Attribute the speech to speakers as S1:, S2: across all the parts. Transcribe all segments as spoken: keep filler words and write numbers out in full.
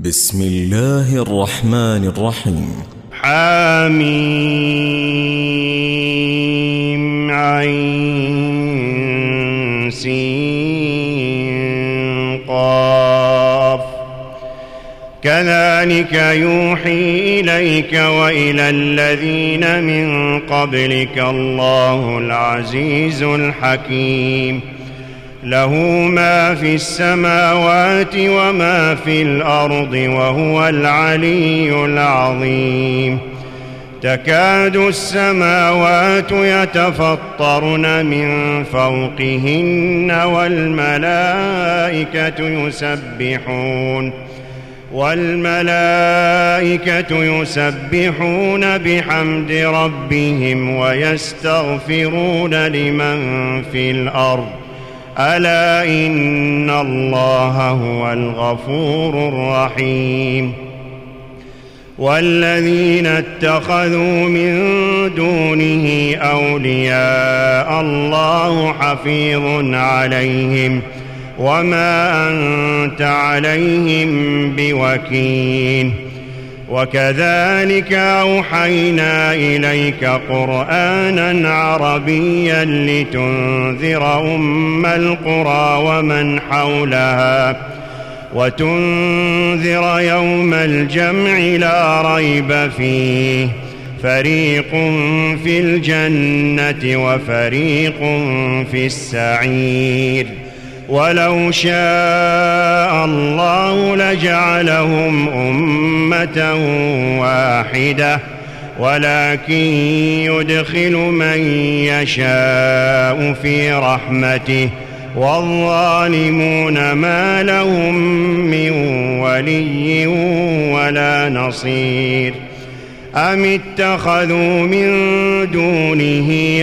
S1: بسم الله الرحمن الرحيم.
S2: حاميم عين سين قاف كذلك يوحي إليك وإلى الذين من قبلك الله العزيز الحكيم له ما في السماوات وما في الأرض وهو العلي العظيم تكاد السماوات يتفطرن من فوقهن والملائكة يسبحون والملائكة يسبحون بحمد ربهم ويستغفرون لمن في الأرض ألا إن الله هو الغفور الرحيم والذين اتخذوا من دونه أولياء الله حفيظ عليهم وما أنت عليهم بوكيل وكذلك أوحينا إليك قرآنا عربيا لتنذر أم القرى ومن حولها وتنذر يوم الجمع لا ريب فيه فريق في الجنة وفريق في السعير ولو شاء الله لجعلهم أمة واحدة ولكن يدخل من يشاء في رحمته والظالمون ما لهم من ولي ولا نصير أم اتخذوا من دونه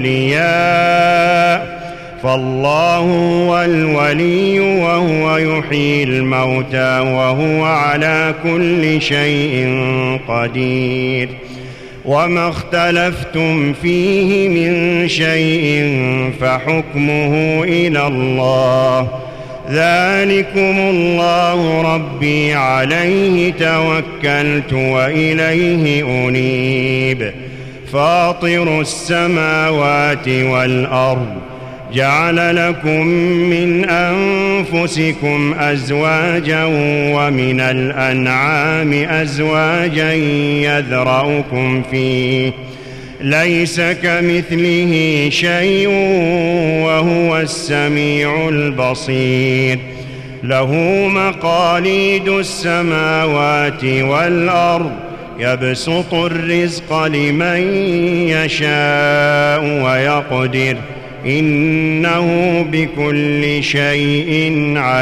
S2: أولياء فالله هو الولي وهو يحيي الموتى وهو على كل شيء قدير وما اختلفتم فيه من شيء فحكمه إلى الله ذلكم الله ربي عليه توكلت وإليه أنيب فاطر السماوات والأرض جعل لكم من أنفسكم أزواجا ومن الأنعام أزواجا يذرأكم فيه ليس كمثله شيء وهو السميع البصير له مقاليد السماوات والأرض يبسط الرزق لمن يشاء ويقدر إنه بكل شيء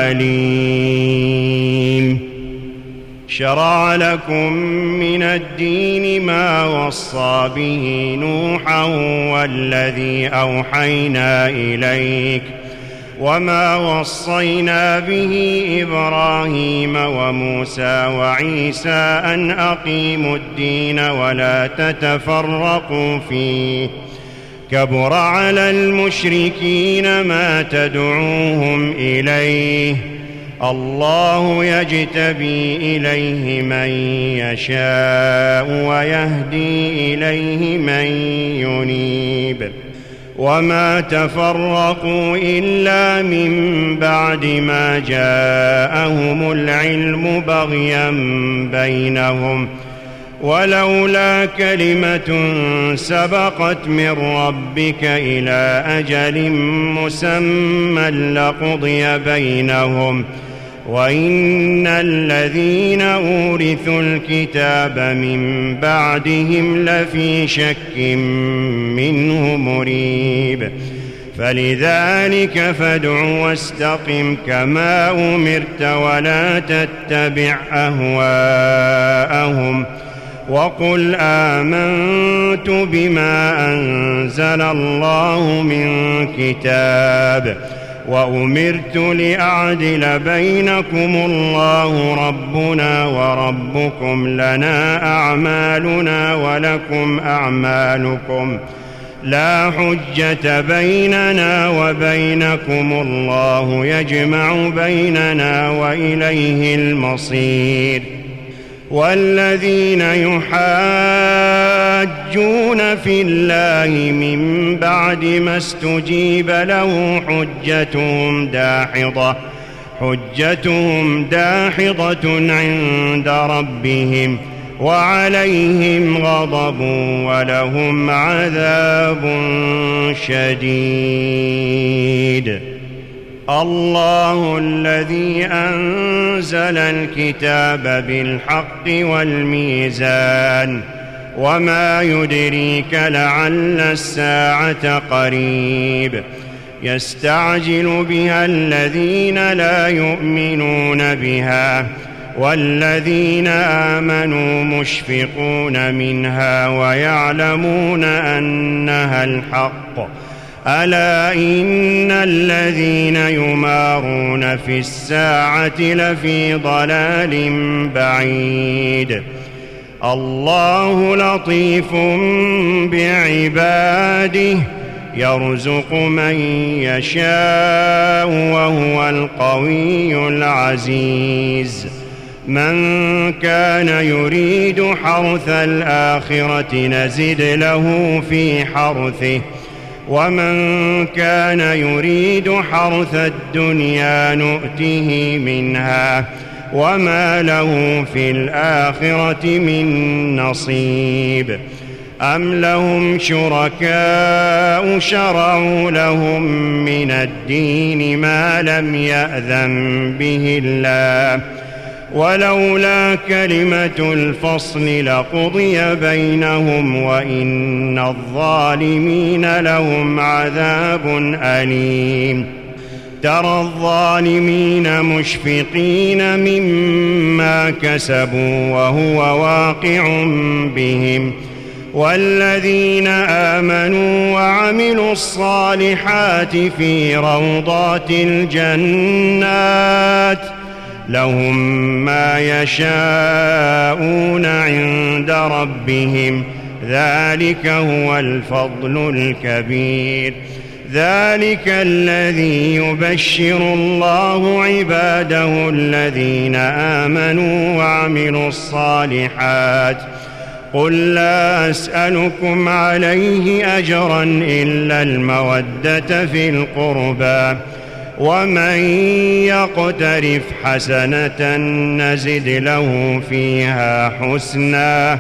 S2: عليم شرع لكم من الدين ما وصى به نوحا والذي أوحينا إليك وما وصينا به إبراهيم وموسى وعيسى أن أقيموا الدين ولا تتفرقوا فيه كبر على المشركين ما تدعوهم إليه الله يجتبي إليه من يشاء ويهدي إليه من ينيب وما تفرقوا إلا من بعد ما جاءهم العلم بغيا بينهم ولولا كلمة سبقت من ربك إلى أجل مسمى لقضي بينهم وإن الذين أورثوا الكتاب من بعدهم لفي شك منه مريب فلذلك فادع واستقم كما أمرت ولا تتبع أهواءهم وقل آمنت بما أنزل الله من كتاب وأمرت لأعدل بينكم الله ربنا وربكم لنا أعمالنا ولكم أعمالكم لا حجة بيننا وبينكم الله يجمع بيننا وإليه المصير. والذين يحاجون في الله من بعد ما استجيب له حجتهم داحضة حجتهم داحضة عند ربهم وعليهم غضب ولهم عذاب شديد. الله الذي أنزل الكتاب بالحق والميزان وما يدريك لعل الساعة قريب يستعجل بها الذين لا يؤمنون بها والذين آمنوا مشفقون منها ويعلمون أنها الحق. ألا إن الذين يمارون في الساعة لفي ضلال بعيد. الله لطيف بعباده يرزق من يشاء وهو القوي العزيز. من كان يريد حرث الآخرة نزد له في حرثه ومن كان يريد حرث الدنيا نؤته منها وما له في الآخرة من نصيب. أم لهم شركاء شرعوا لهم من الدين ما لم يأذن به الله ولولا كلمة الفصل لقضي بينهم وإن الظالمين لهم عذاب أليم. ترى الظالمين مشفقين مما كسبوا وهو واقع بهم والذين آمنوا وعملوا الصالحات في روضات الجنات لهم ما يشاءون عند ربهم ذلك هو الفضل الكبير. ذلك الذي يبشر الله عباده الذين آمنوا وعملوا الصالحات. قل لا أسألكم عليه أجرا إلا المودة في القربى ومن يقترف حسنة نزد له فيها حسنا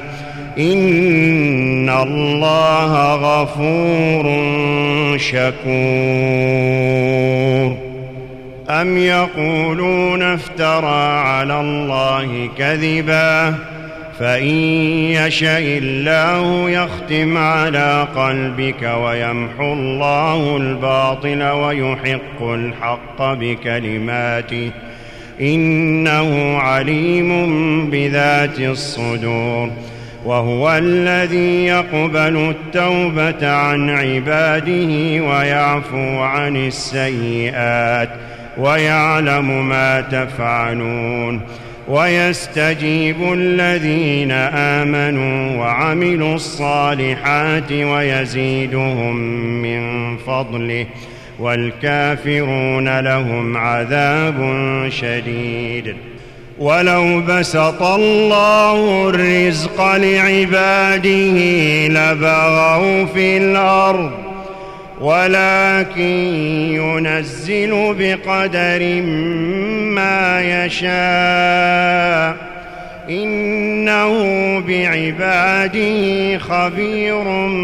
S2: إن الله غفور شكور. أم يقولون افترى على الله كذبا فإن يشاء الله يختم على قلبك ويمحو الله الباطل ويحق الحق بكلماته إنه عليم بذات الصدور. وهو الذي يقبل التوبة عن عباده ويعفو عن السيئات ويعلم ما تفعلون ويستجيب الذين آمنوا وعملوا الصالحات ويزيدهم من فضله والكافرون لهم عذاب شديد. ولو بسط الله الرزق لعباده لبغوا في الأرض ولكن ينزل بقدر ما يشاء إنه بعباده خبير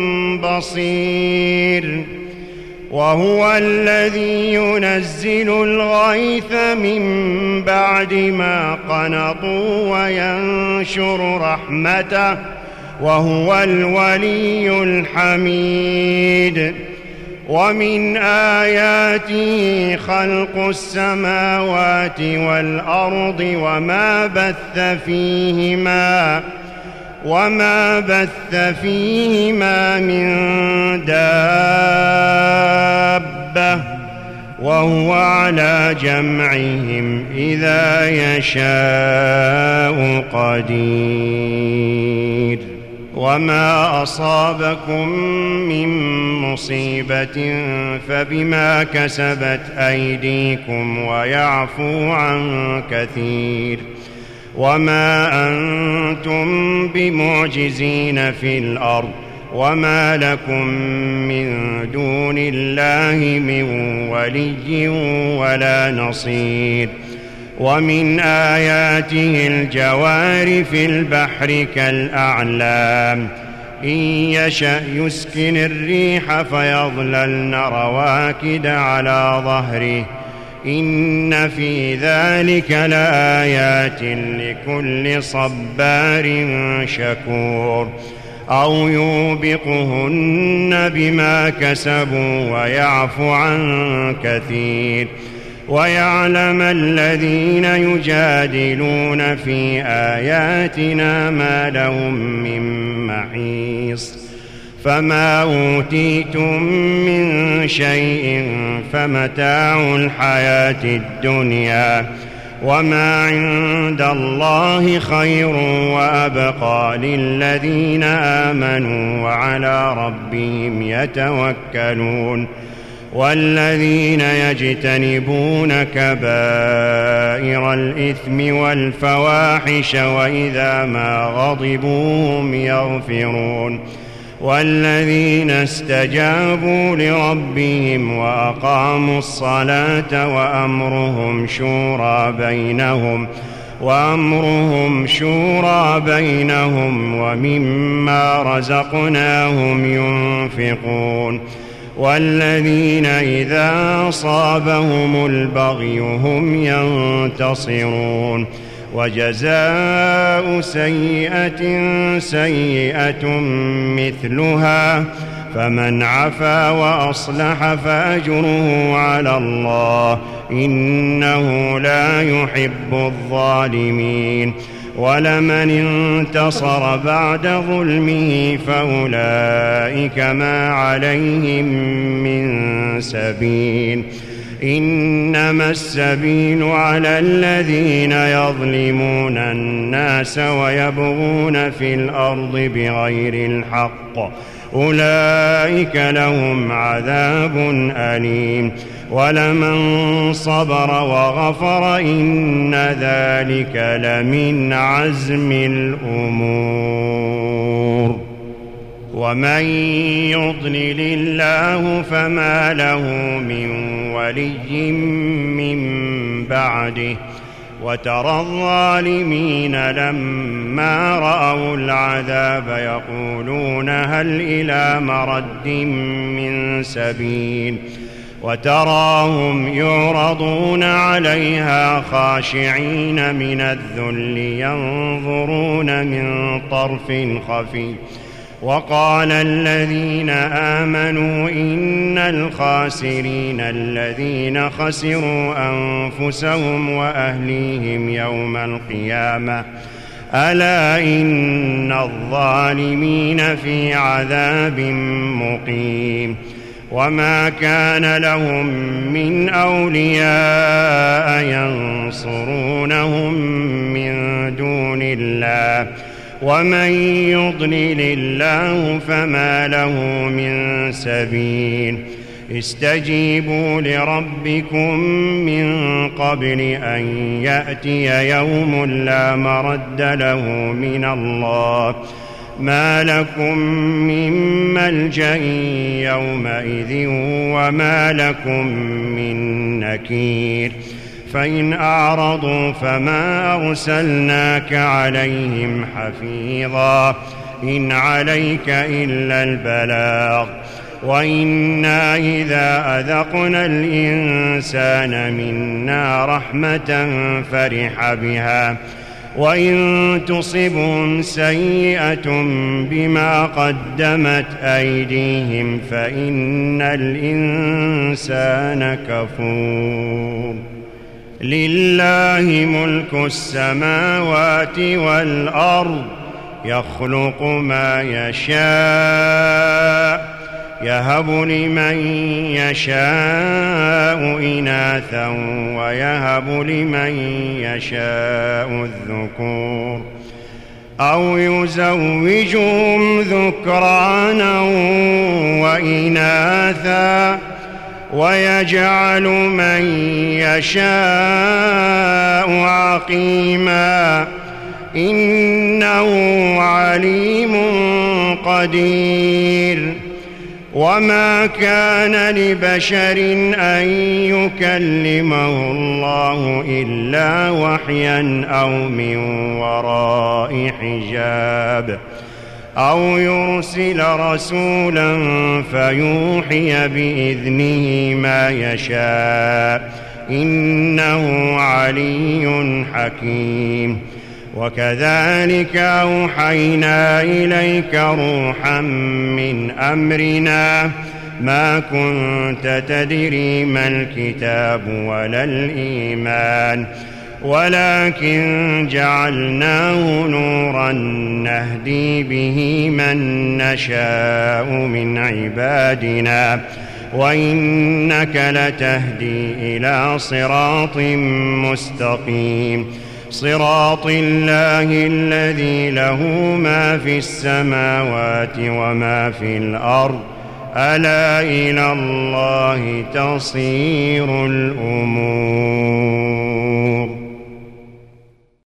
S2: بصير. وهو الذي ينزل الغيث من بعد ما قنطوا وينشر رحمته وهو الولي الحميد. ومن آياته خلق السماوات والأرض وما بث فيهما وما بث فيهما من دابة وهو على جمعهم إذا يشاء قدير. وما أصابكم من مصيبة فبما كسبت أيديكم ويعفو عن كثير وما أنتم بمعجزين في الأرض وما لكم من دون الله من ولي ولا نصير ومن آياته الجوار في البحر كالأعلام إن يشأ يسكن الريح فيظللن رواكد على ظهره إن في ذلك لآيات لكل صبار شكور أو يوبقهن بما كسبوا ويعفو عن كثير ويعلم الذين يجادلون في آياتنا ما لهم من محيص فما أوتيتم من شيء فمتاع الحياة الدنيا وما عند الله خير وأبقى للذين آمنوا وعلى ربهم يتوكلون والذين يجتنبون كبائر الإثم والفواحش وإذا ما غضبوا هم يغفرون والذين استجابوا لربهم وأقاموا الصلاة وأمرهم شورى بينهم وأمرهم شورى بينهم ومما رزقناهم ينفقون والذين إذا أصابهم البغي هم ينتصرون وجزاء سيئة سيئة مثلها فمن عفا وأصلح فأجره على الله إنه لا يحب الظالمين ولمن انتصر بعد ظلمه فأولئك ما عليهم من سبيل إنما السبيل على الذين يظلمون الناس ويبغون في الأرض بغير الحق أولئك لهم عذاب أليم ولمن صبر وغفر إن ذلك لمن عزم الأمور ومن يضلل الله فما له من ولي من بعده وترى الظالمين لما رأوا العذاب يقولون هل إلى مرد من سبيل وتراهم يعرضون عليها خاشعين من الذل ينظرون من طرف خفي وقال الذين آمنوا إن الخاسرين الذين خسروا أنفسهم وأهليهم يوم القيامة ألا إن الظالمين في عذاب مقيم وما كان لهم من أولياء ينصرونهم من دون الله ومن يضلل الله فما له من سبيل استجيبوا لربكم من قبل أن يأتي يوم لا مرد له من الله ما لكم من ملجأ يومئذ وما لكم من نكير فإن أعرضوا فما أرسلناك عليهم حفيظا إن عليك إلا البلاغ وإنا إذا أذقنا الإنسان منا رحمة فرح بها وإن تصبهم سيئة بما قدمت أيديهم فإن الإنسان كفور لله ملك السماوات والأرض يخلق ما يشاء يهب لمن يشاء إناثا ويهب لمن يشاء الذكور أو يزوجهم ذكرانا وإناثا ويجعل من يشاء عقيما إنه عليم قدير. وما كان لبشر أن يكلمه الله إلا وحيا أو من وراء حجاب أو يرسل رسولا فيوحي بإذنه ما يشاء إنه علي حكيم. وكذلك أوحينا إليك روحا من أمرنا ما كنت تدري ما الكتاب ولا الإيمان ولكن جعلناه نورا نهدي به من نشاء من عبادنا وإنك لتهدي إلى صراط مستقيم صراط الله الذي له ما في السماوات وما في الأرض ألا إلى الله تصير الأمور.